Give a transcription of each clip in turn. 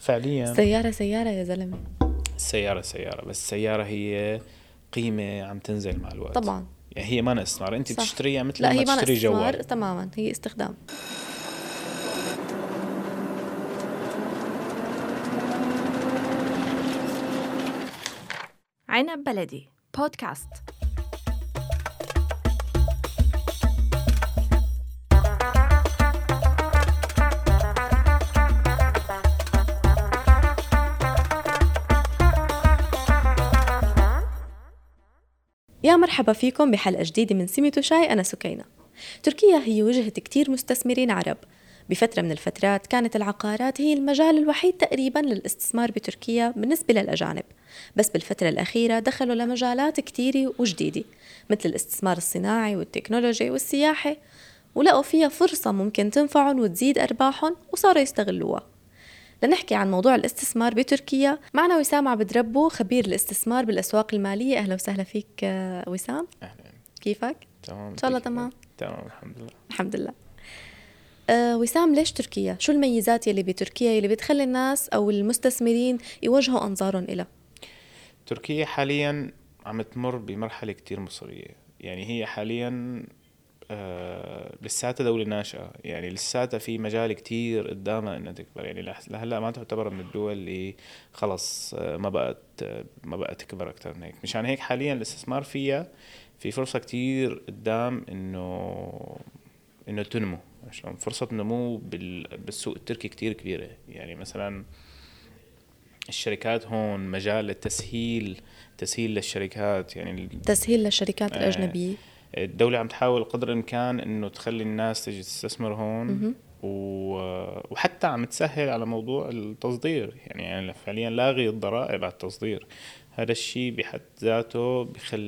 فعليا سيارة يا زلمة. السيارة بس السيارة هي قيمة عم تنزل مع الوقت طبعا يعني هي ما استثمار، انت بتشتريها مثل لا ما هي ما تشتري استثمار جوال تماما، هي استخدام. عنب بلدي بودكاست. يا مرحبا فيكم بحلقة جديدة من سميتو شاي. أنا سكينة. تركيا هي وجهة كتير مستثمرين عرب. بفترة من الفترات كانت العقارات هي المجال الوحيد تقريبا للاستثمار بتركيا بالنسبة للأجانب، بس بالفترة الأخيرة دخلوا لمجالات كتيرة وجديدة مثل الاستثمار الصناعي والتكنولوجي والسياحة، ولقوا فيها فرصة ممكن تنفعهم وتزيد أرباحهم وصاروا يستغلوها. لنحكي عن موضوع الاستثمار بتركيا معنا وسام عبد ربه، خبير الاستثمار بالأسواق المالية. أهلا وسهلا فيك وسام. أهلا. كيفك؟ تمام إن شاء الله تمام. تمام الحمد لله. الحمد لله. وسام، ليش تركيا؟ شو الميزات يلي بتركيا يلي بتخلي الناس أو المستثمرين يوجهوا أنظارهم إلها؟ تركيا حاليا عم تمر بمرحلة كتير مصيرية، يعني هي حاليا لساتها دولة ناشئة، يعني لساتها في مجال كتير قدامها انها تكبر، يعني لهلا ما تعتبر من الدول اللي خلص ما بقت تكبر اكثر من هيك. مشان هيك حاليا الاستثمار فيها في فرصة كتير قدام انه تنمو. شلون فرصة نمو بالسوق التركي كتير كبيرة، يعني مثلا الشركات هون مجال التسهيل للشركات، يعني تسهيل للشركات الأجنبية. الدولة عم تحاول قدر الإمكان إنه تخلي الناس تجي تستثمر هون وحتى عم تسهل على موضوع التصدير، يعني فعليا لاغي الضرائب على التصدير. هذا الشيء بحد ذاته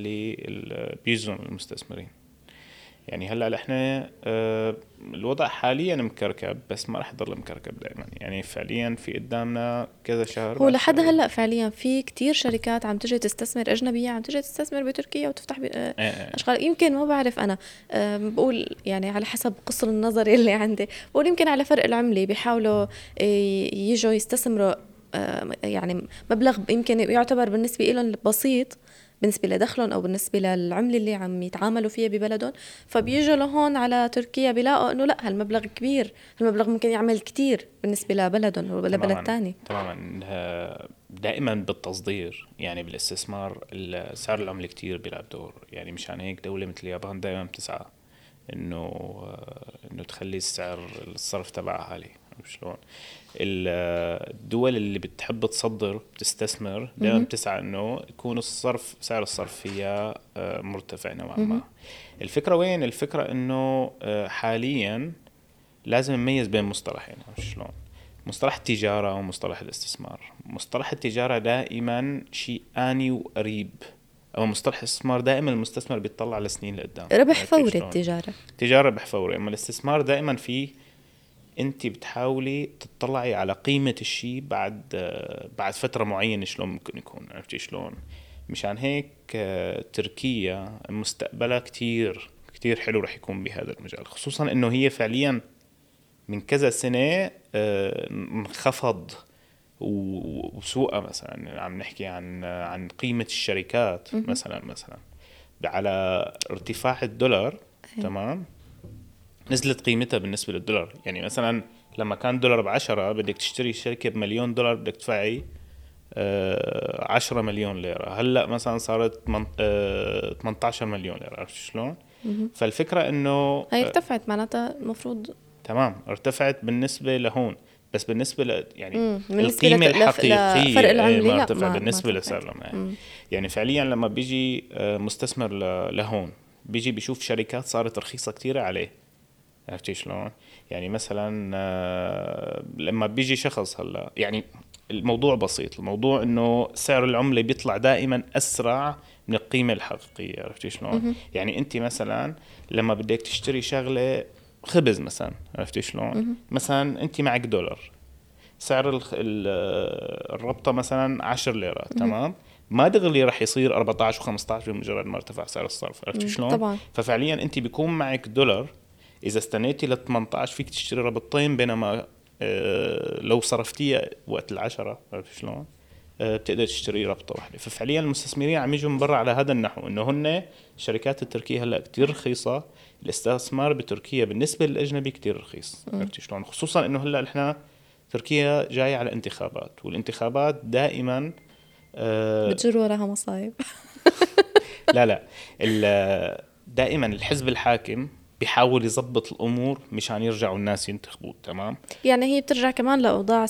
بيجذب المستثمرين. يعني هلا احنا الوضع حاليا مكركب، بس ما راح يضل مكركب دائما، يعني فعليا في قدامنا كذا شهر. هو لحد هلا فعليا في كتير شركات عم تجي تستثمر أجنبية، عم تجي تستثمر بتركيا وتفتح أشغال. يمكن ما بعرف أنا، بقول يعني على حسب قصر النظر اللي عندي، بقول يمكن على فرق العملة بيحاولوا يجوا يستثمروا يعني مبلغ يمكن يعتبر بالنسبة لهم بسيط بالنسبة لدخلهم أو بالنسبة للعملة اللي عم يتعاملوا فيها ببلدهم، فبيجوا لهون على تركيا بيلاقوا إنه لا، هالمبلغ كبير، هالمبلغ ممكن يعمل كتير بالنسبة لبلدهم ولا بلد تاني. تماما. دائما بالتصدير، يعني بالاستثمار سعر العملة كتير بيلعب دور، يعني مشان هيك دولة مثل اليابان دائما بتسعى إنه تخلي السعر الصرف تبعها عالي. شلون الدول اللي بتحب تصدر بتستثمر دائما بتسعى انه يكون سعر الصرف فيها مرتفع نوعا ما. الفكرة وين؟ الفكرة انه حاليا لازم نميز بين مصطلحين. شلون؟ مصطلح التجارة ومصطلح الاستثمار. مصطلح التجارة دائما شيء آني وقريب، أما مصطلح الاستثمار دائما المستثمر بيطلع على سنين لقدام، ربح فوري. التجارة ربح فوري، أما الاستثمار دائما فيه انت بتحاولي تطلعي على قيمة الشيء بعد فترة معينة شلون ممكن يكون. عرفتي شلون؟ مشان هيك تركيا مستقبلها كتير كتير حلو رح يكون بهذا المجال، خصوصا انه هي فعليا من كذا سنة انخفض وسوقها. مثلا عم نحكي عن قيمة الشركات مثلا على ارتفاع الدولار. تمام، نزلت قيمتها بالنسبة للدولار. يعني مثلا لما كان دولار ب10 بدك تشتري شركة ب1,000,000 دولار بدك تدفعي 10 مليون ليرة. هلأ مثلا صارت 18 مليون ليرة. عرفت شلون؟ فالفكرة انه هي ارتفعت، معناتها المفروض تمام ارتفعت بالنسبة لهون، بس بالنسبة يعني القيمة الحقيقية فرق العملة ما ارتفع بالنسبة لسعر العملة. يعني فعليا لما بيجي مستثمر لهون بيجي بيشوف شركات صارت رخيصة كتير عليه. عرفتي شلون؟ يعني مثلا لما بيجي شخص هلا، يعني الموضوع بسيط، الموضوع انه سعر العملة بيطلع دائما اسرع من القيمة الحقيقية. عرفتي شلون؟ يعني انت مثلا لما بدك تشتري شغلة خبز مثلا، عرفتي شلون؟ مثلا انت معك دولار، سعر الربطة مثلا 10 ليرة. تمام، ما دغري رح يصير 14 و15 بمجرد ما ارتفع سعر الصرف. عرفتي شلون؟ طبعا. ففعليا انت بيكون معك دولار، اذا استنيتي ل18 فيك تشتري ربطتين، بينما لو صرفتيها وقت العشرة عرفت شلون بتقدر تشتري ربطة واحدة. ففعليا المستثمرين عم يجوا من برا على هذا النحو، انه هن الشركات التركية هلا كتير رخيصة، الاستثمار بتركيا بالنسبة للأجنبي كتير رخيص عرفت شلون، خصوصا انه هلا احنا تركيا جاي على انتخابات، والانتخابات دائما بتجر وراها مصايب. لا دائما الحزب الحاكم بيحاول يضبط الأمور مشان يرجعوا الناس ينتخبوا. تمام، يعني هي بترجع كمان لأوضاع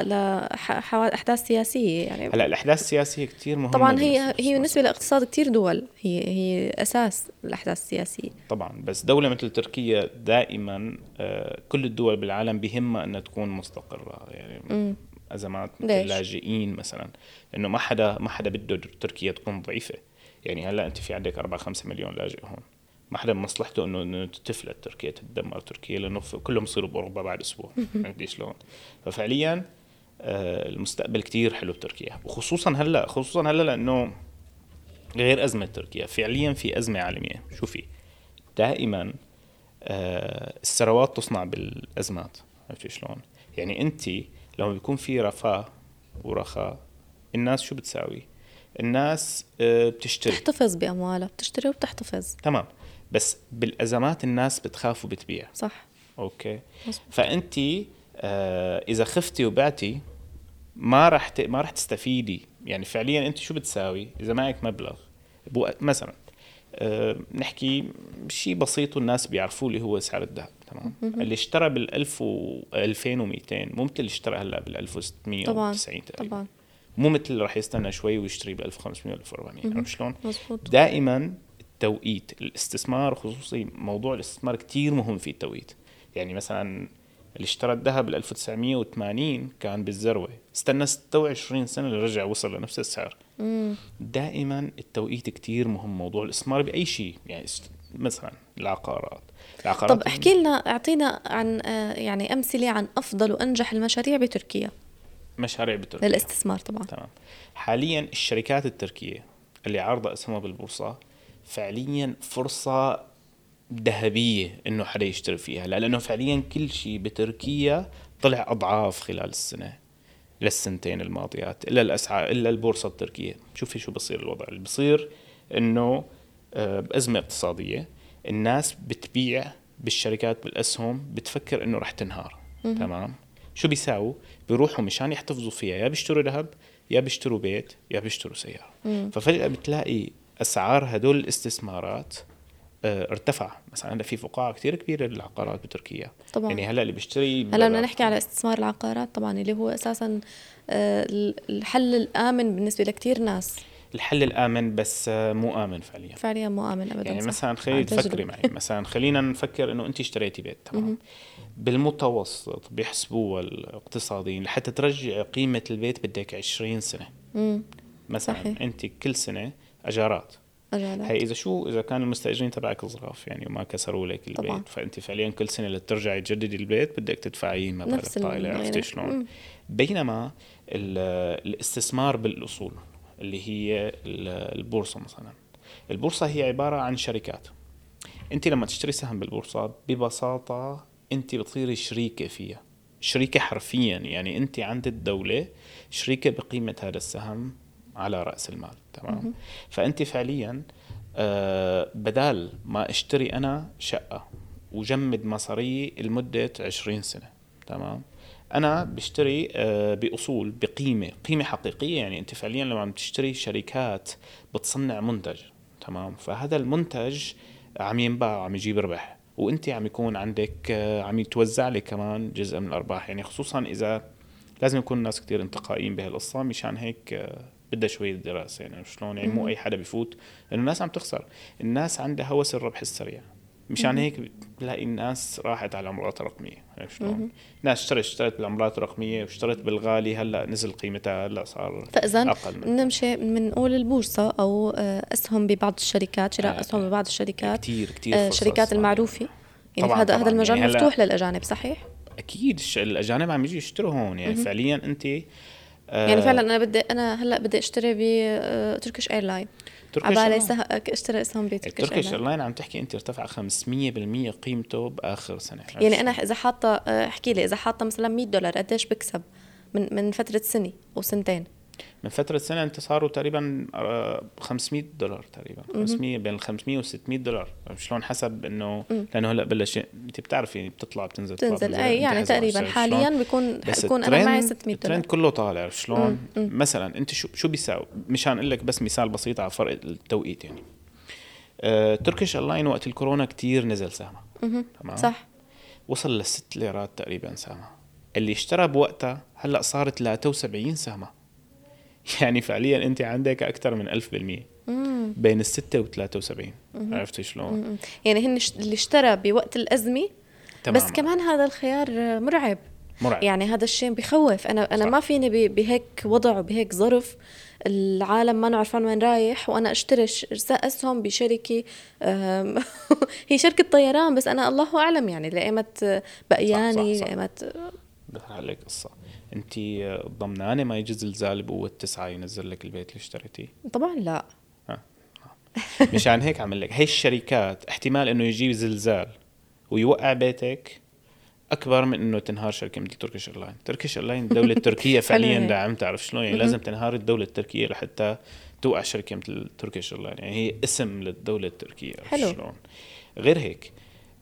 أحداث سياسية. يعني هلا الأحداث السياسية كتير مهمة طبعا، هي بالنسبة للاقتصاد كتير دول هي أساس الأحداث السياسية طبعا. بس دولة مثل تركيا دائما كل الدول بالعالم بهمها أنها تكون مستقرة. يعني أزمات مثل اللاجئين مثلا، إنه ما حدا بده تركيا تكون ضعيفة. يعني هلا أنت في عندك 4-5 مليون لاجئ هون، ما حدا بمصلحته انه تفلت تركيا، تدمر تركيا، لانه كلهم يصيروا باوروبا بعد اسبوع. عرفتي شلون؟ ففعليا المستقبل كتير حلو بتركيا، وخصوصا هلا لانه غير ازمه تركيا، فعليا في ازمه عالميه. شوفي دائما الثروات تصنع بالازمات. عرفتي شلون؟ يعني انت لما بيكون في رفاه ورخاء، الناس شو بتساوي؟ الناس بتشتري، تحتفظ بأموالها، بتشتري وبتحتفظ. تمام. بس بالأزمات الناس بتخاف وبتبيع. صح. أوكي. فأنت إذا خفتي وبعتي ما راح تستفيدي. يعني فعليا أنت شو بتساوي إذا معك مبلغ مثلا نحكي شيء بسيط والناس بيعرفوه اللي هو سعر الذهب. تمام. اللي اشترى بال1000 و2200 مو مثل اللي اشترى هلا بال1690 طبعا. مو مثل اللي راح يستنى شوي ويشتري ب1500 و 1400. عرفت شلون؟ مزبوط. دائما التوقيت، الاستثمار خصوصي موضوع الاستثمار كتير مهم في التوقيت. يعني مثلا اللي اشترى الذهب 1980 كان بالذروة، استنى 26 سنة لرجع وصل لنفس السعر. دائما التوقيت كتير مهم، موضوع الاستثمار بأي شيء. يعني مثلا العقارات. طب احكي لنا، اعطينا عن يعني أمثلة عن أفضل وأنجح المشاريع بتركيا. مشاريع بتركيا للاستثمار طبعا. تمام. حاليا الشركات التركية اللي عارضة اسمها بالبورصة فعليا فرصة ذهبية انه حدا يشتري فيها، لانه فعليا كل شيء بتركيا طلع اضعاف خلال السنة للسنتين الماضيات، الا الاسعار الا البورصة التركية. شوفي شو بصير الوضع اللي بصير، انه بأزمة اقتصادية الناس بتبيع بالشركات بالاسهم، بتفكر انه رح تنهار. تمام. شو بيساووا؟ بيروحوا مشان يحتفظوا فيها، يا بيشتروا ذهب، يا بيشتروا بيت، يا بيشتروا سيارة. ففجأة بتلاقي أسعار هدول الاستثمارات ارتفع. مثلا هلا في فقاعة كتير كبيرة للعقارات بتركيا طبعا. يعني هلا اللي بيشتري، هلا بدنا نحكي على استثمار العقارات طبعا، اللي هو أساسا الحل الآمن بالنسبة لكتير ناس. الحل الآمن، بس مو آمن فعليا مو آمن أبدا. يعني مثلا خلينا تفكري معي، مثلا خلينا نفكر إنه أنت اشتريتي بيت. تمام. بالمتوسط بيحسبوها الاقتصاديين لحتى ترجع قيمة البيت بدك 20 سنة. مثلا صحيح. أنت كل سنة أجارات. هي إذا كان المستأجرين تبعك ظراف يعني وما كسروا لك البيت طبعا. فأنت فعليا كل سنة لترجعي تجددي البيت بدك تدفعي مبالغ طائلة. عرفتي شلون؟ بينما الاستثمار بالأصول اللي هي البورصة مثلا، البورصة هي عبارة عن شركات. أنت لما تشتري سهم بالبورصة ببساطة أنت بتصيري شريكة فيها، شريكة حرفيا. يعني أنت عند الدولة شريكة بقيمة هذا السهم على رأس المال. تمام. فأنت فعليا بدال ما اشتري أنا شقة وجمد مصاري لمدة 20 سنة، تمام، أنا بشتري بأصول قيمة حقيقية. يعني أنت فعليا لما بتشتري شركات بتصنع منتج، تمام، فهذا المنتج عم ينباع، عم يجيب ربح، وأنت عم يكون عندك عم يتوزع لك كمان جزء من الأرباح. يعني خصوصا إذا لازم يكون الناس كتير انتقائيين بهالقصة، مشان هيك بدها شوية دراسة. يعني شلون؟ يعني مو أي حدا بيفوت، لأن الناس عم تخسر، الناس عندها هوس الربح السريع. مشان هيك بلاقي الناس راحت على العملات الرقمية. شلون؟ ناس اشترت بالعملات الرقمية واشترت بالغالي، هلا نزل قيمتها، هلا صار أقل. نمشي نقول البورصة أو أسهم ببعض الشركات، شراء أسهم ببعض الشركات كتير الشركات المعروفة. يعني هذا المجال يعني مفتوح للأجانب صحيح؟ أكيد الأجانب عم يجي يشتروا هون. يعني فعليا أنت يعني فعلا انا هلا بدي اشتري بتركيش ايرلاين، عبالي اشتري اسهم بتركيش ايرلاين. عم تحكي انت ارتفع 500% قيمته باخر سنه. يعني انا اذا حاطه احكي لي اذا حاطه مثلا $100 قديش بكسب من فتره سنه او سنتين؟ من فترة سنة انت صاروا تقريبا $500 تقريبا 500 بين $500 $600 شلون حسب انه لانه هلا بلش انت بتعرفي بتطلع بتنزل اي يعني تقريبا حاليا بكون انا معي $600. الترند كله طالع شلون. مثلا انت شو بيساوي مشان اقول لك بس مثال بسيط على فرق التوقيت. يعني تركيش ايرلاين وقت الكورونا كتير نزل سهمه تمام صح، وصل ل6 ليرات تقريبا سهمه. اللي اشترى بوقتها هلا صارت 73 سهمه. يعني فعليا انت عندك اكثر من 1000% بين 6 و73. عرفتي شلون؟ يعني هن اللي اشترى بوقت الازمه تمام. بس كمان هذا الخيار مرعب. يعني هذا الشيء بخوف. انا ما فيني بهيك وضع وبهيك ظرف العالم ما نعرفان وين رايح وانا اشتري اسهم بشركه هي شركه طيران، بس انا الله اعلم يعني لايمت بقياني لايمت. بحكي عليك قصه، انت ضمنانه ما يجي زلزال بقوه 9 ينزل لك البيت اللي اشتريتيه؟ طبعا لا. مشان هيك عمل لك هي الشركات احتمال انه يجي زلزال ويوقع بيتك اكبر من انه تنهار شركه مثل تركيش ايرلاين. تركيش ايرلاين دوله تركيه فعليا دعم، تعرف شلون يعني لازم تنهار الدوله التركيه لحتى توقع شركه مثل تركيش ايرلاين. يعني هي اسم للدوله التركيه. شلون غير هيك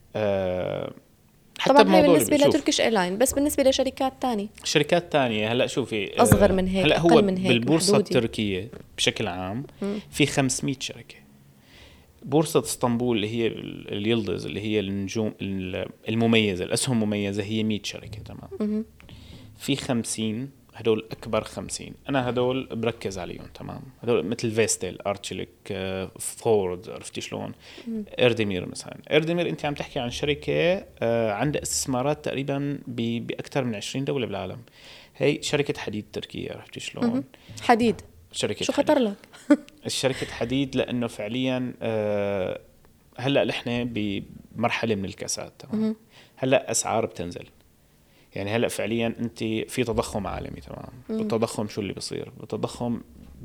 حتى طبعا هي بالنسبه لتركيش ايرلاين، بس بالنسبه لشركات تانية هلا شوفي اصغر من هيك، هلا هو بالبورصه التركيه بشكل عام في 500 شركه. بورصة اسطنبول اللي هي اليلدز اللي هي النجوم المميزة الأسهم مميزة هي 100 شركة تمام. في 50 هدول أكبر 50 أنا هدول بركز عليهم تمام. هدول مثل فيستيل، أرتشليك، فورد، عرفتي شلون. إردمير مثلا، إردمير أنت عم تحكي عن شركة عندها استثمارات تقريبا بأكثر من 20 دولة بالعالم. هي شركة حديد تركية، عرفتي شلون. حديد شركة شو خطر لك؟ الشركة حديد لأنه فعليا هلأ نحن بمرحلة من الكساد تمام. هلأ أسعار بتنزل. يعني هلأ فعليا أنت في تضخم عالمي تمام. بالتضخم شو اللي بيصير؟ بالتضخم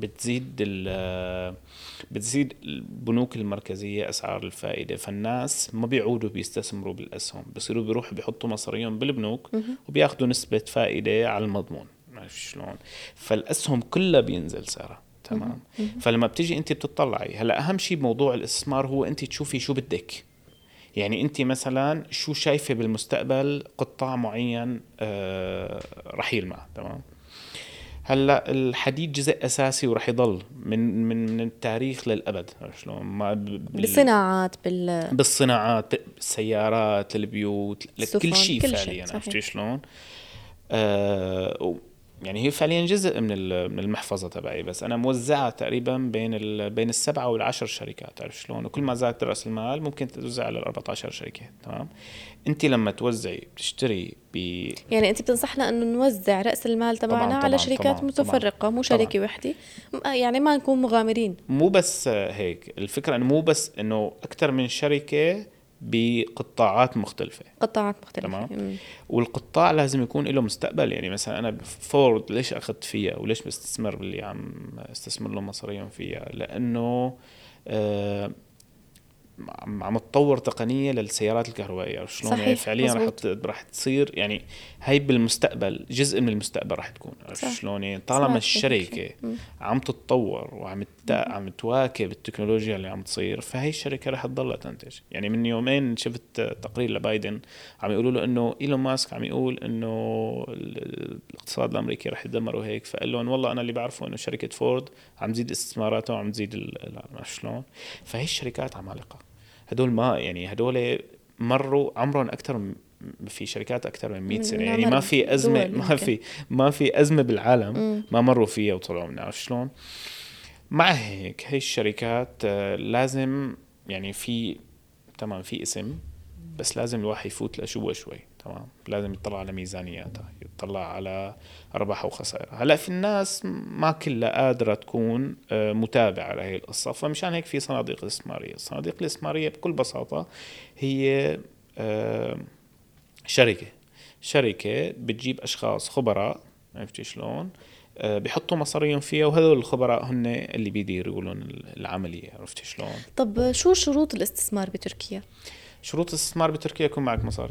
بتزيد البنوك المركزية أسعار الفائدة، فالناس ما بيعودوا بيستثمروا بالأسهم، بيصيروا بيروحوا بيحطوا مصاريهم بالبنوك وبياخدوا نسبة فائدة على المضمون. عارف شلون؟ فالأسهم كلها بينزل سعرها تمام. فلما بتيجي انت بتطلعي هلا اهم شيء بموضوع الاستثمار هو انت تشوفي شو بدك. يعني انت مثلا شو شايفه بالمستقبل قطاع معين رح يلمع تمام. هلا الحديد جزء اساسي ورح يضل من التاريخ للابد. شلون بالصناعات بالصناعات، السيارات، البيوت، كل شيء فعليا. عرفتي شلون. يعني هي فعليا جزء من المحفظة تبعي، بس أنا موزعة تقريبا بين 7 و10 شركات. تعرف شلون. وكل ما زاد رأس المال ممكن توزع على 14 شركة تمام. أنت لما توزعي بتشتري يعني أنت بتنصحنا إنه نوزع رأس المال تبعنا على شركات متفرقة، مو شركة وحدة. يعني ما نكون مغامرين. مو بس هيك الفكرة، إنه مو بس إنه أكثر من شركة بقطاعات مختلفة. تمام. والقطاع لازم يكون له مستقبل. يعني مثلا أنا فورد ليش أخذت فيها وليش بستثمر باللي عم استثمر له مصاريهم فيها؟ لأنه عم تطور تقنية للسيارات الكهربائية. شلون فعليا رح تصير يعني هاي بالمستقبل جزء من المستقبل رح تكون. شلون يعني طالما الشركة عم تتطور وعم تواكب التكنولوجيا اللي عم تصير، فهي الشركة رح تضل تنتج. يعني من يومين شفت تقرير لبايدن عم يقولوا له انه إيلون ماسك عم يقول انه الاقتصاد الامريكي رح يدمر وهيك، فقال لهم والله انا اللي بعرفه انه شركة فورد عم تزيد استثماراتها وعم تزيد شلون. فهي الشركات عمالقة هدول، ما يعني هدول مروا عمرهم أكثر في شركات أكثر من 100 سنة. يعني ما في أزمة، ما في أزمة بالعالم ما مروا فيها وطلعوا منها. عارف شلون. مع هيك هي الشركات لازم يعني في اسم، بس لازم الواحد يفوت لجوا شوي تمام. لازم يطلع على ميزانياتها، يطلع على أرباح وخسائر. هلا في الناس ما كلها قادرة تكون متابعة لهي القصة، فمشان هيك في صناديق الاستثمارية. الصناديق الاستثمارية بكل بساطة هي شركة بتجيب أشخاص خبراء، عرفتي شلون، بيحطوا مصاريهم فيها، وهذول الخبراء هن اللي بيديروا لهم العملية. عرفت شلون؟ طب شو شروط الاستثمار بتركيا؟ شروط الاستثمار بتركيا يكون معك مصاري.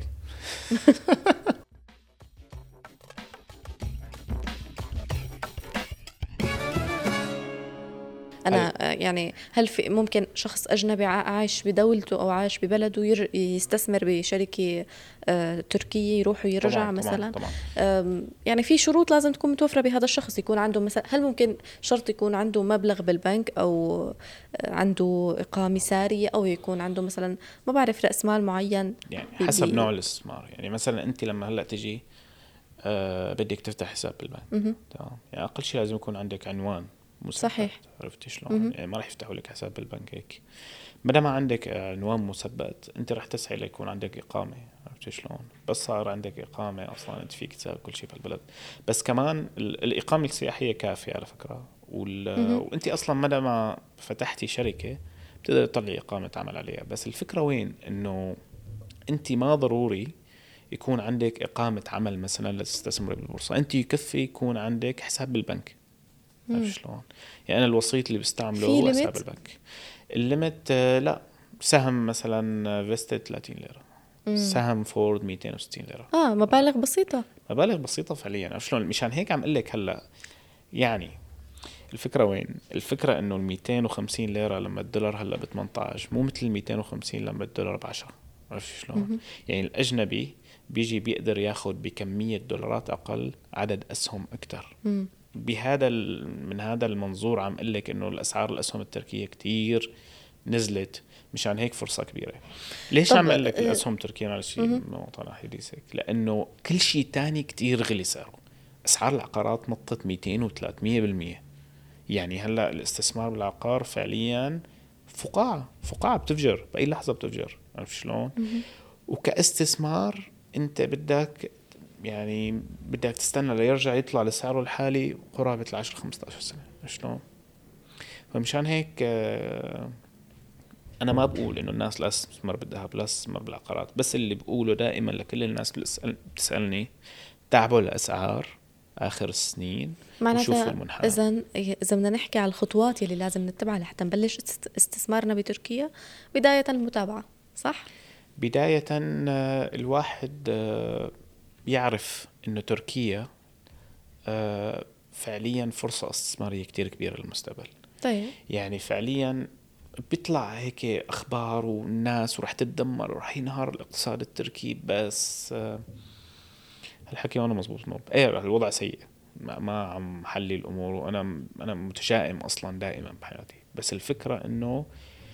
أنا يعني هل في ممكن شخص أجنبي عايش بدولته أو عايش ببلده يستثمر بشركة تركية يروح ويرجع طبعاً مثلا؟ طبعاً. يعني في شروط لازم تكون متوفرة بهذا الشخص، يكون عنده مثلا، هل ممكن شرط يكون عنده مبلغ بالبنك أو عنده إقامة سارية أو يكون عنده مثلا ما بعرف رأس مال معين؟ يعني حسب نوع الاستثمار. يعني مثلا أنت لما هلأ تجي بدك تفتح حساب بالبنك، تمام، يعني أقل شيء لازم يكون عندك عنوان مثبت. صحيح. عرفت شلون؟ يعني ما راح يفتحوا لك حساب بالبنك هيك. بدل ما عندك عنوان مثبت، انت راح تسعى ليكون عندك اقامه. عرفت شلون؟ بس صار عندك اقامه اصلا انت فيك تساوي كل شيء بالبلد. بس كمان الاقامه السياحيه كافيه على فكره. وانت اصلا مدى ما فتحتي شركه بتقدر تطلعي اقامه تعمل عليها. بس الفكره وين؟ انه انت ما ضروري يكون عندك اقامه عمل مثلا لتستثمري بالبورصه. انت يكفي يكون عندك حساب بالبنك. عرفت شلون؟ يعني أنا الوسيط اللي بستعمله هو حساب البنك. الليمت لا، سهم مثلا فيستا 30 ليرة، سهم فورد 260 ليرة. مبالغ بسيطة. مبالغ بسيطة فعليا. عرفت شلون؟ مشان هيك عم قل لك هلا. يعني الفكرة وين؟ الفكرة إنه 250 ليرة لما الدولار هلا ب 18 مو مثل 250 لما الدولار ب 10. عرفت شلون؟ يعني الأجنبي بيجي بيقدر ياخد بكمية دولارات أقل عدد أسهم أكتر. من هذا المنظور عم قل لك إنه الأسعار الأسهم التركية كتير نزلت. مشان هيك فرصة كبيرة. ليش عم قل لك الأسهم التركية على شيء موطن حديثك؟ لأنه كل شيء تاني كتير غلي سعره. أسعار العقارات نطت 200 و 300%. يعني هلا الاستثمار بالعقار فعليا فقاعة بتفجر بأي لحظة بتفجر. عرفت شلون؟ وكاستثمار انت بدك تستنى ليرجع يطلع لسعره الحالي قرابة 10-15 سنة. شلون؟ فمشان هيك أنا ما بقول إنه الناس لا تستثمر بالذهب لا تستثمر بالعقارات. بس اللي بقوله دائما لكل الناس اللي بتسألني، تابعوا الأسعار آخر السنين وشوفوا المنحنى. إذا بدنا نحكي على الخطوات اللي لازم نتبعها لحتى نبلش استثمارنا بتركيا، بداية المتابعة، صح؟ بداية الواحد يعرف إنه تركيا فعليا فرصة استثمارية كتير كبيرة للمستقبل. طيب. يعني فعليا بيطلع هيك أخبار والناس ورح تتدمر ورح ينهار الاقتصاد التركي. بس هالحكي وانا مزبوط. الوضع سيء، ما عم حلي الأمور. وأنا متشائم أصلا دائما بحياتي. بس الفكرة إنه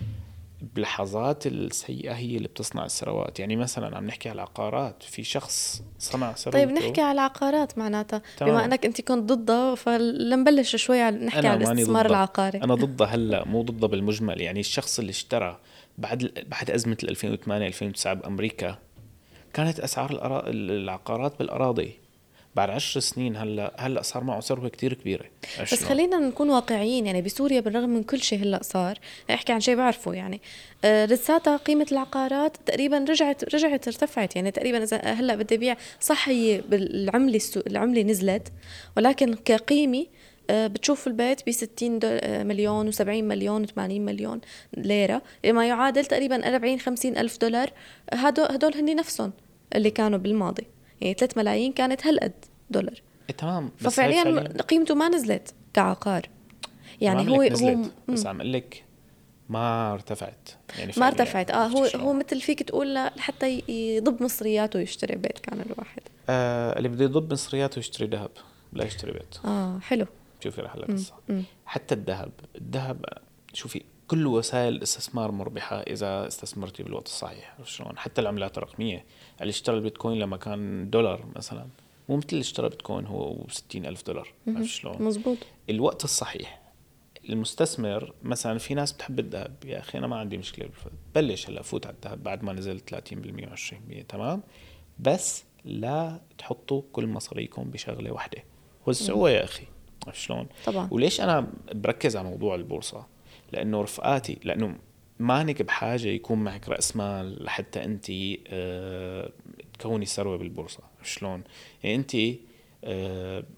بلحظات السيئة هي اللي بتصنع الثروات. يعني مثلا عم نحكي على العقارات، في شخص صنع ثروته. طيب نحكي على العقارات معناتها بما أنك أنت كنت ضدها، فلنبلش شوي نحكي على الاستثمار العقاري. أنا ضدها هلأ، مو ضدها بالمجمل. يعني الشخص اللي اشترى بعد أزمة 2008-2009 بأمريكا، كانت أسعار العقارات بالأراضي. بعد 10 سنين هلأ صار معه ثروة كتير كبيرة. بس خلينا نكون واقعيين. يعني بسوريا بالرغم من كل شيء هلأ صار، احكي عن شيء بعرفه، يعني لساتها قيمة العقارات تقريبا رجعت ارتفعت. يعني تقريبا إذا هلأ بدي بيع صح، هي العملة نزلت، ولكن كقيمة بتشوف البيت ب60 مليون و70 مليون و80 مليون ليرة، ما يعادل تقريبا 40-50 ألف دولار. هدول هني نفسهم اللي كانوا بالماضي. يعني 3 ملايين كانت هالقد دولار. تمام. ففعليا قيمته ما نزلت كعقار. يعني هو بس عم قل لك ما ارتفعت. يعني ما ارتفعت. هو مثل فيك تقول لحتى يضب مصرياته ويشتري بيت كان الواحد. اللي بده يضب مصرياته يشتري ذهب، لا يشتري بيت. حلو. شوفي رح لك قصة. حتى الذهب شوفي كل وسائل الاستثمار مربحة إذا استثمرتي بالوقت الصحيح. شلون؟ حتى العملات الرقمية. اللي اشترى البيتكوين لما كان $1 مثلا، مو مثل اللي اشترى بيتكوين هو $60,000. شلون؟ مزبوط. الوقت الصحيح. المستثمر مثلا، في ناس بتحب الذهب، يا أخي أنا ما عندي مشكلة بلش هلا فوت على الذهب بعد ما نزل 30% و20%. تمام. بس لا تحطوا كل مصاريكم بشغلة واحدة. وسعوها يا أخي. شلون؟ طبعا. وليش أنا بركز على موضوع البورصة؟ لأنه رفقاتي، لأنه مانك بحاجة يكون معك رأس مال لحتى أنت تكوني ثروة بالبورصة. شلون؟ يعني أنت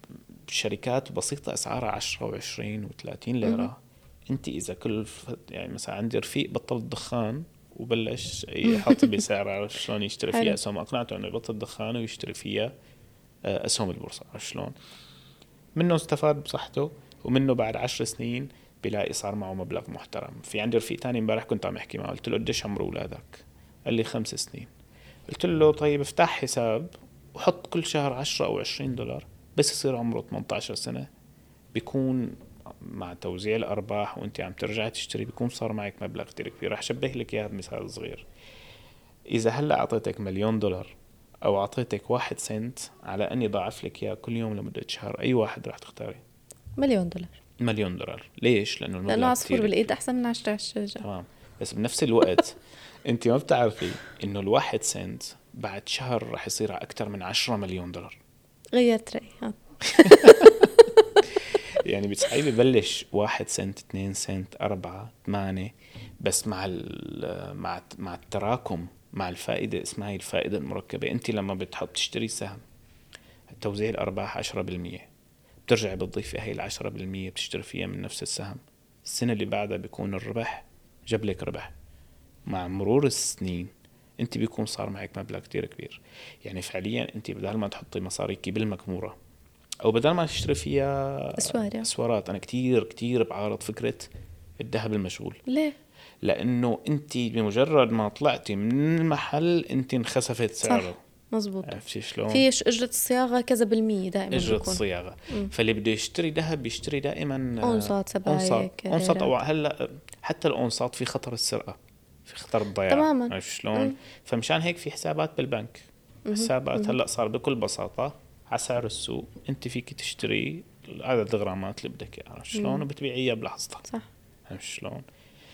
شركات بسيطة أسعارها 10 و20 و30 ليرة. أنت إذا يعني مثلا عندي رفيق بطل دخان وبلش يحط بسعر، عرفت شلون يشتري فيها أسهم، أقنعته إنه يبطل دخان ويشتري فيها أسهم البورصة، عرفت شلون؟ منه استفاد بصحته، ومنه بعد 10 سنين بلاقي صار معه مبلغ محترم. في عندي رفيق تاني امبارح كنت عم احكي معه، قلت له قديش عمر اولادك؟ قال لي 5 سنين. قلت له طيب افتح حساب وحط كل شهر 10 أو 20 دولار، بس يصير عمره 18 سنة بيكون مع توزيع الأرباح وانت عم ترجع تشتري بيكون صار معك مبلغ كتير كبير. رح شبه لك اياها بمثال صغير. إذا هلأ أعطيتك $1,000,000 أو أعطيتك 1 سنت على أني ضاعف لك إياه كل يوم لمدة شهر، أي واحد رح تختاري؟ $1,000,000. $1,000,000. ليش؟ لأنه عصفور بالإيد أحسن من 10 على الشجرة. تمام. بس بنفس الوقت أنت ما بتعرفي إنه الواحد سنت بعد شهر رح يصير أكتر من $10,000,000. غيرت رأيي. يعني بتصحي ببلش 1 سنت 2 سنت 4 8، بس مع التراكم مع الفائدة، اسمها هي الفائدة المركبة. أنت لما بتحط تشتري سهم توزيع الأرباح 10%، بترجع بتضيفي هاي 10% بتشتري فيها من نفس السهم، السنة اللي بعدها بيكون الربح جاب لك ربح. مع مرور السنين انت بيكون صار معك مبلغ كتير كبير. يعني فعليا انت بدل ما تحطي مصاريكي بالمكمورة او بدل ما تشتري فيها اسوارات، انا كتير بعارض فكرة الذهب المشغول. ليه؟ لانه انت بمجرد ما طلعتي من المحل انت انخسفت سعره. مظبوط. عرفتي شلون؟ فيش اجرة الصياغة كذا بالمية دائما اجرة الصياغة. فاللي بده يشتري ذهب بيشتري دائما اونصات سبايك اونصات او هلا حتى الاونصات في خطر السرقة، في خطر الضياع. تماما. عرفت شلون؟ فمشان هيك في حسابات بالبنك. حسابات هلا صار بكل بساطة على سعر السوق، انت فيك تشتري عدد الغرامات اللي بدك اياها، عرفت شلون؟ وبتبيعيها بلحظتها. صح. عرفت شلون؟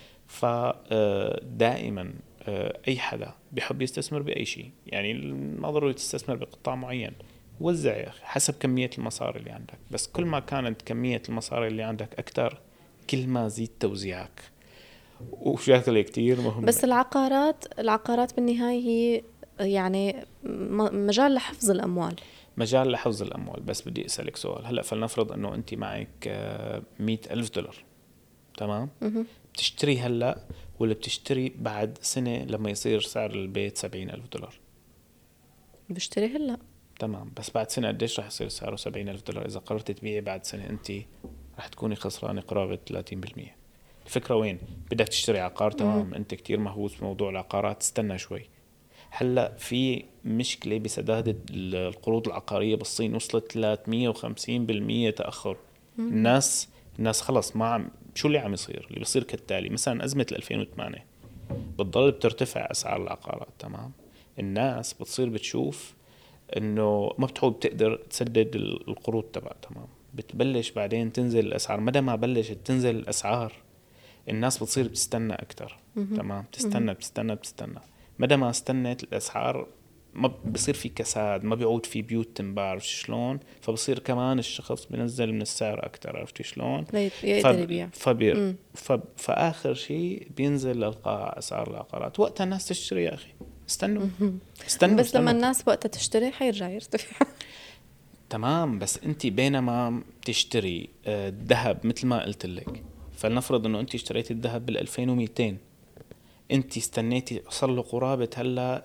فدائما أي حدا بيحب يستثمر بأي شيء، يعني ما ضروري تستثمر بقطاع معين، وزع حسب كمية المصاري اللي عندك. بس كل ما كانت كمية المصاري اللي عندك أكتر كل ما زيد توزيعك. وشغلة كتير مهمة، بس العقارات بالنهاية هي يعني مجال لحفظ الأموال. بس بدي أسألك سؤال. هلأ فلنفرض أنه أنت معك $100,000، تمام؟ بتشتري هلأ ولا بتشتري بعد سنة لما يصير سعر البيت $70,000؟ بشتري هلأ. تمام. بس بعد سنة قديش رح يصير سعره $70,000؟ إذا قررت تبيعي بعد سنة أنت رح تكوني خسرانة قرابة 30%. الفكرة وين؟ بدك تشتري عقار، تمام. أنت كتير مهووس بموضوع العقارات، استنى شوي. هلأ في مشكلة بسداد القروض العقارية بالصين، وصلت 350% تأخر. الناس خلص ما عم، شو اللي عم يصير؟ اللي بيصير كالتالي: مثلا أزمة 2008 بتضل بترتفع أسعار العقارات، تمام. الناس بتصير بتشوف إنه ما بتقدر تسدد القروض تبع، تمام. بتبلش بعدين تنزل الأسعار. مدى ما بلشت تنزل الأسعار الناس بتصير بتستنى أكتر، تمام. بتستنى. مدى ما استنت الأسعار ما بصير في كساد، ما بيعود في بيوت تنباع، عرفت شلون؟ فبصير كمان الشخص بينزل من السعر أكتر، عرفت شلون؟ يقدر يبيع. فآخر شيء بينزل للقاع أسعار العقارات. وقتها الناس تشتري يا أخي. استنوا. بس لما الناس وقتها تشتري حيرجع يرتفع. تمام. بس أنت بينما تشتري الذهب مثل ما قلت لك، فلنفرض أنه أنت اشتريت الذهب بال2200، أنت استنيتي صار له قرابة هلا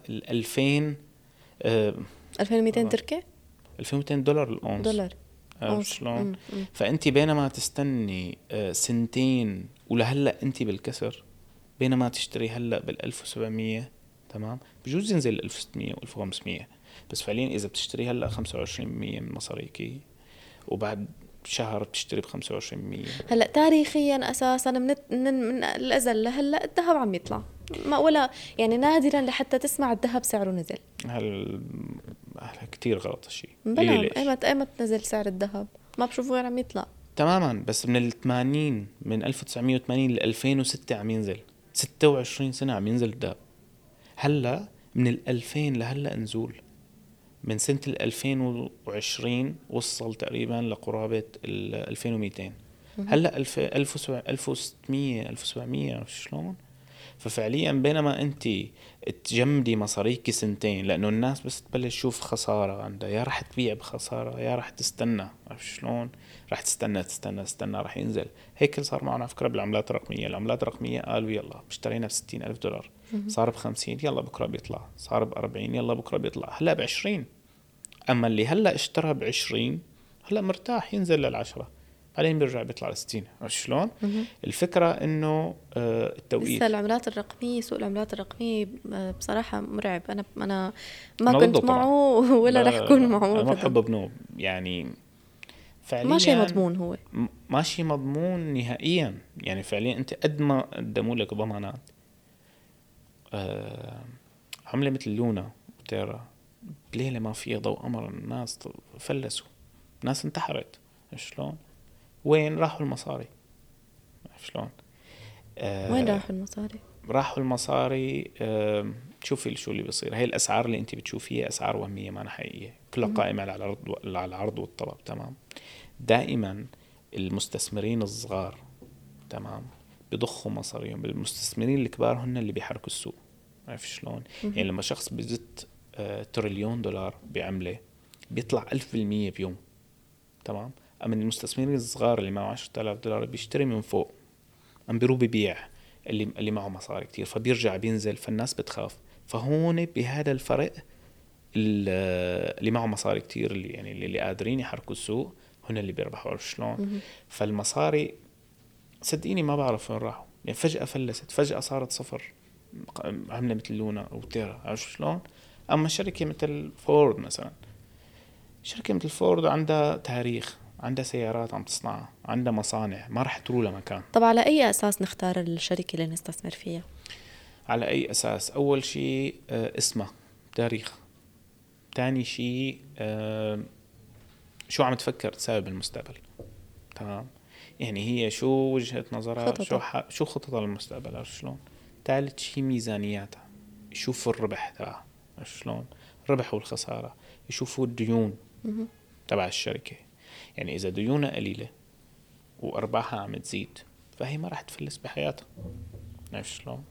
2200 تركي، $2,200 الأونس. شلون؟ فأنت بينما تستني سنتين ولهلا أنت بالكسر، بينما تشتري هلا بال1700، تمام. بجوز ينزل 1600 و1500، بس فعليا إذا بتشتري هلا 25% من مصاريكي وبعد شهر بتشتري ب25%. هلا تاريخيا اساسا من الازل لهلا الذهب عم يطلع، ما ولا يعني نادرا لحتى تسمع الذهب سعره نزل. هل كتير غلط الشيء. ايمت نزل سعر الذهب؟ ما بشوفه غير عم يطلع. تماما. بس من 1980 ل 2006 عم ينزل، 26 سنة عم ينزل الذهب. هلا من 2000 لهلا نزول. من سنة 2020 وصل تقريبا لقرابة 2200. هلا 1600 1700 شلون؟ ففعليا بينما انت تجمدي مصاريك سنتين، لانه الناس بس تبلش تشوف خسارة عندها، يا رح تبيع بخسارة يا رح تستنى. عرفت شلون؟ رح تستنى رح ينزل. هيك صار معنا فكرة بالعملات الرقمية. العملات الرقمية قالوا يلا اشترينا ب$60,000، صار ب50 يلا بكرة بيطلع، صار ب40 يلا بكرة بيطلع، هلا ب20. اما اللي هلا اشترى ب20 هلا مرتاح ينزل لل10 بعدين بيرجع بيطلع ل60. عرفت شلون؟ الفكرة انه التوقيت. لسه العملات الرقمية، سوق العملات الرقمية بصراحة مرعب. انا ما كنت معه ولا رح اكون معه. انا ما بحب بنوب يعني فعليا ماشي مضمون، هو ماشي مضمون نهائيا. يعني فعليا انت قد ما قدموا لك ضمانات عملة مثل لونا وتيرا بليلة ما فيها ضوء قمر الناس فلسوا، ناس انتحرت. شلون؟ وين راحوا المصاري؟ شلون؟ وين راحوا المصاري؟ راحوا المصاري. شوفي شو اللي بيصير. هاي الأسعار اللي انت بتشوفيها أسعار وهمية ما حقيقية، كلها قائمة على العرض والطلب. تمام. دائما المستثمرين الصغار تمام بيضخوا مصاريهم، المستثمرين الكبار هن اللي بيحركوا السوق. عارف شلون؟ يعني لما شخص بيزت $1,000,000,000 بعملة بيطلع 1000% بيوم. تمام. أما المستثمرين الصغار اللي معه $10,000 بيشتري من فوق، عم بيروح ببيع اللي معه مصاري كتير، فبيرجع بينزل، فالناس بتخاف. فهون بهذا الفرق اللي معه مصاري كتير اللي قادرين يحركوا السوق هن اللي بيربحوا. عرفت شلون؟ فالمصاري صدقيني ما بعرف وين راحوا. يعني فجأة فلست، فجأة صارت صفر، عملة مثل لونا أو تيرا. عرفت شلون؟ أما شركة مثل فورد مثلا، شركة مثل فورد عندها تاريخ، عندها سيارات عم تصنعها، عندها مصانع، ما رح تروح لمكان. طب على أي أساس نختار الشركة اللي نستثمر فيها؟ على أي أساس؟ أول شيء اسمها، تاريخ. تاني شيء شو عم تفكر تساوي بالمستقبل. تمام. يعني هي شو وجهة نظرها، شو خططها للمستقبل. عرفت شلون؟ ثالث شيء ميزانياتها، يشوفوا الربح تبعها. عرفت شلون؟ الربح والخسارة، يشوفوا الديون تبع الشركة. يعني إذا ديونها قليلة وأرباحها عم تزيد فهي ما راح تفلس بحياتها. عرفت شلون؟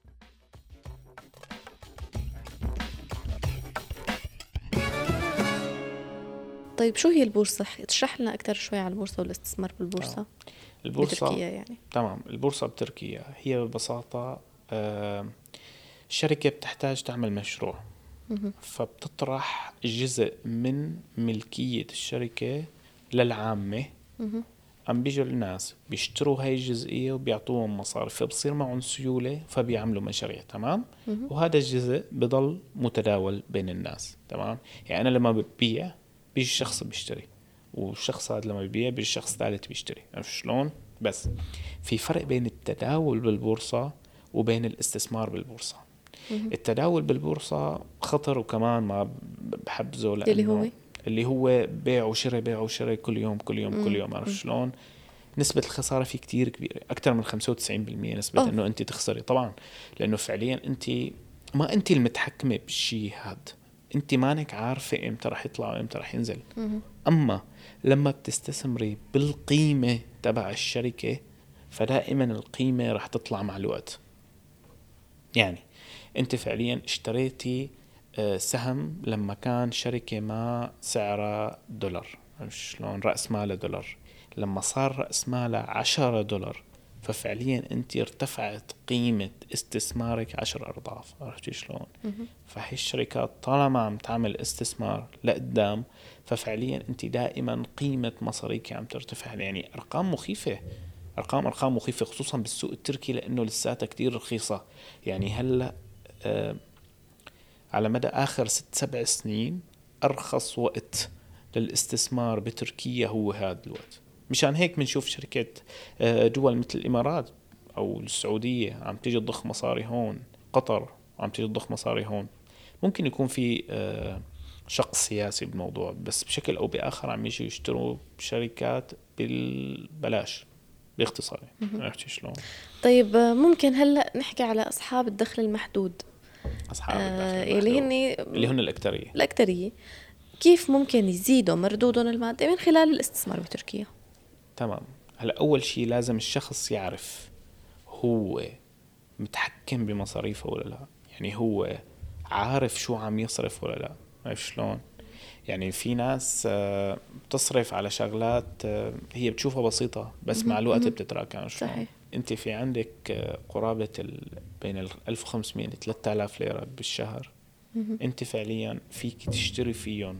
طيب شو هي البورصة؟ تشرح لنا أكتر شوي على البورصة والاستثمار بالبورصة. البورصة بتركيا يعني. تمام. البورصة بتركيا هي ببساطة الشركة بتحتاج تعمل مشروع، فبتطرح جزء من ملكية الشركة للعامة. عم بيجوا الناس بيشتروا هاي الجزئية وبيعطوهم مصاري، فبصير معهم سيولة فبيعملوا مشاريع. تمام. وهذا الجزء بضل متداول بين الناس. تمام. يعني أنا لما ببيع بيجي شخص بيشتري، والشخص هذا لما بيبيع بيجي شخص ثالث بيشتري. عرفت شلون؟ بس في فرق بين التداول بالبورصة وبين الاستثمار بالبورصة. التداول بالبورصة خطر، وكمان ما بحبزه لأنه اللي هو بيع وشراء بيع وشراء كل يوم كل يوم كل يوم. عرفت شلون؟ نسبة الخسارة فيه كتير كبيرة، أكثر من 95% نسبة إنه أنت تخسري. طبعا لأنه فعليا أنت المتحكمة بالشيء هذا، أنت مانك عارفة إمتى رح يطلع وإمتى رح ينزل. أما لما بتستثمري بالقيمة تبع الشركة فدائما القيمة رح تطلع مع الوقت. يعني أنت فعليا اشتريتي سهم لما كان شركة ما سعرها $، شلون؟ رأس مالها $. لما صار رأس مالها $10 ففعليا أنت ارتفعت قيمة استثمارك 10 أضعاف. عرفتي شلون؟ فهي الشركات طالما عم تعمل استثمار لقدام ففعليا أنت دائما قيمة مصاريك عم ترتفع. يعني أرقام مخيفة، أرقام مخيفة، خصوصا بالسوق التركي لأنه لساتها كتير رخيصة. يعني هلأ على مدى آخر 6-7 سنين أرخص وقت للاستثمار بتركيا هو هذا الوقت. مشان هيك منشوف شركات دول مثل الإمارات أو السعودية عم تيجي تضخ مصاري هون، قطر عم تيجي تضخ مصاري هون. ممكن يكون في شق سياسي بالموضوع، بس بشكل أو بآخر عم يجي يشتروا شركات بالبلاش باختصار. عرفتي شلون؟ طيب ممكن هلأ نحكي على أصحاب الدخل المحدود، أصحاب الدخل اللي هن الأكترية، كيف ممكن يزيدوا مردودهم المادي من خلال الاستثمار بتركيا؟ تمام. هلا أول شيء لازم الشخص يعرف هو متحكم بمصاريفه ولا لا، يعني هو عارف شو عم يصرف ولا لا. عارف شلون؟ يعني في ناس بتصرف على شغلات هي بتشوفها بسيطة بس مع الوقت بتتراكم. صحيح. انت في عندك قرابة بين 1500 ل 3000 ليرة بالشهر، انت فعليا فيك تشتري فيهم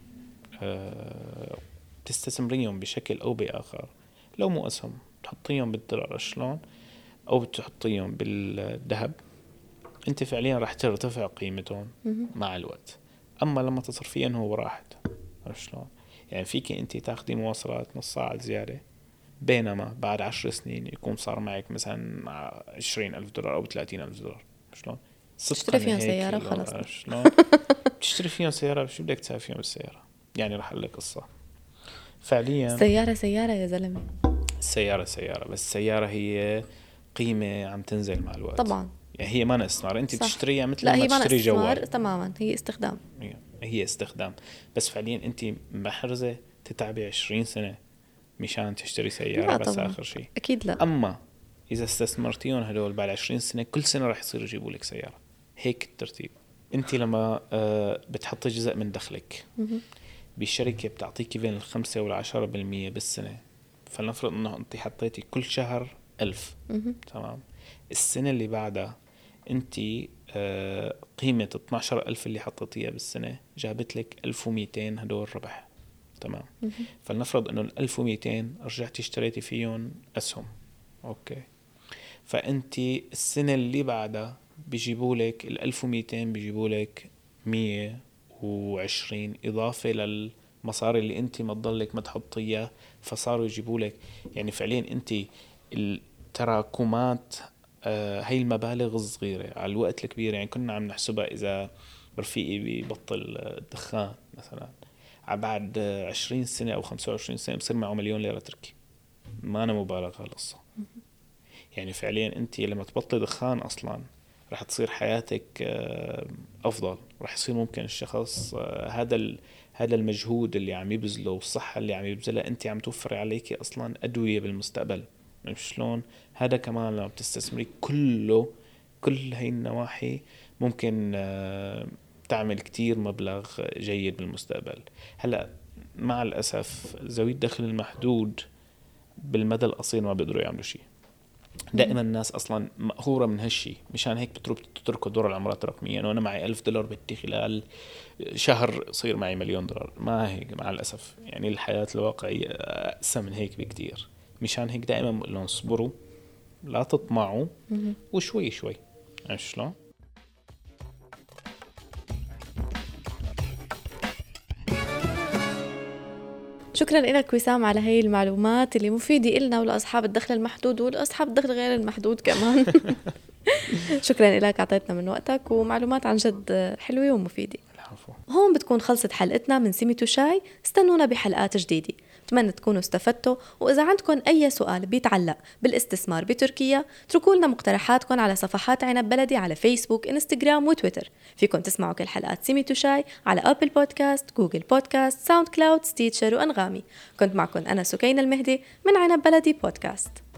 تستثمريهم بشكل او باخر. لو مو اسهم تحطيهم بالدولار شلون او بتحطيهم بالذهب، انت فعليا راح ترتفع قيمتهم مع الوقت. اما لما تصرفيهم هو راحت. شلون؟ يعني فيك انت تاخدي مواصلات نص ساعة زيادة، بينما بعد 10 سنين يكون صار معك مثلا 20,000 دولار او 30,000 دولار. شلون؟ تشتري فيهم سيارة خلاص. شلون؟ تشتري فيهم سيارة، شو بدك تسوي فيهم السيارة؟ يعني رح لك قصة فعليا. سيارة يا زلمة. سيارة بس السيارة هي قيمة عم تنزل مع الوقت طبعا. يعني هي ما استثمار، انت بتشتريها مثل ما تشتري جوال تماما، هي استخدام. هي استخدام. بس فعليا انت محرزة تتعبي 20 سنة مشان تشتري سيارة بس طبعاً. آخر شيء. أكيد لا. أما إذا استثمرتيون هدول بعد 20 سنة كل سنة راح يصير يجيبوا لك سيارة. هيك الترتيب. انت لما بتحطي جزء من دخلك بالشركة بتعطيكي بين 5 و10% بالسنة، فلنفرض انه انت حطيتي كل شهر 1000. تمام. السنة اللي بعدها انت قيمة 12,000 اللي حطيتيها بالسنة جابت لك 1200 هدول ربح. تمام. فلنفرض انه 1200 رجعتي اشتريتي فيهم اسهم. اوكي. فانت السنة اللي بعدها بيجيبوا لك 1200 بيجيبوا لك 120 اضافة للمصاري اللي انت ما تضلك ما تحطيها، فصاروا يجيبوا لك. يعني فعليا انت التراكمات هاي المبالغ الصغيرة على الوقت الكبير. يعني كنا عم نحسبها إذا رفيقي بيبطل الدخان مثلا بعد 20 سنة أو 25 سنة بصير معه 1,000,000 ليرة تركي. ما أنا مبالغ هالقصة. يعني فعليا أنت لما تبطل دخان أصلا رح تصير حياتك أفضل. رح يصير ممكن الشخص هذا المجهود اللي عم يبذله والصحة اللي عم يبذلها أنت عم توفر عليك أصلا أدوية بالمستقبل. شلون؟ هذا كمان لما بتستثمري كل هاي النواحي ممكن تعمل كتير مبلغ جيد بالمستقبل. هلأ مع الأسف ذوي الدخل المحدود بالمدى القصير ما بيقدروا يعملوا شيء. دائما الناس أصلا مقهورة من هالشي، مشان هيك بتتركوا دور العملات الرقمية. وأنا معي 1000 دولار بدي خلال شهر يصير معي 1,000,000 دولار. ما هيك مع الأسف. يعني الحياة الواقعية أقسى من هيك بكتير. مشان هيك دائما بقول لهم اصبروا، لا تطمعوا، وشوي شوي. عارف شلون؟ شكرا لك وسام على هاي المعلومات اللي مفيدة إلنا ولأصحاب الدخل المحدود ولأصحاب الدخل غير المحدود كمان. شكرا لك، عطيتنا من وقتك ومعلومات عن جد حلوة ومفيدة. هون بتكون خلصت حلقتنا من سميتو شاي. استنونا بحلقات جديدة. أتمنى تكونوا استفدتوا، وإذا عندكم أي سؤال بيتعلق بالاستثمار بتركيا اتركوا لنا مقترحاتكم على صفحات عنب بلدي على فيسبوك، انستغرام وتويتر. فيكم تسمعوا كل حلقات سميتو شاي على أبل بودكاست، جوجل بودكاست، ساوند كلاود، ستيتشر وأنغامي. كنت معكم أنا سكينة المهدي من عنب بلدي بودكاست.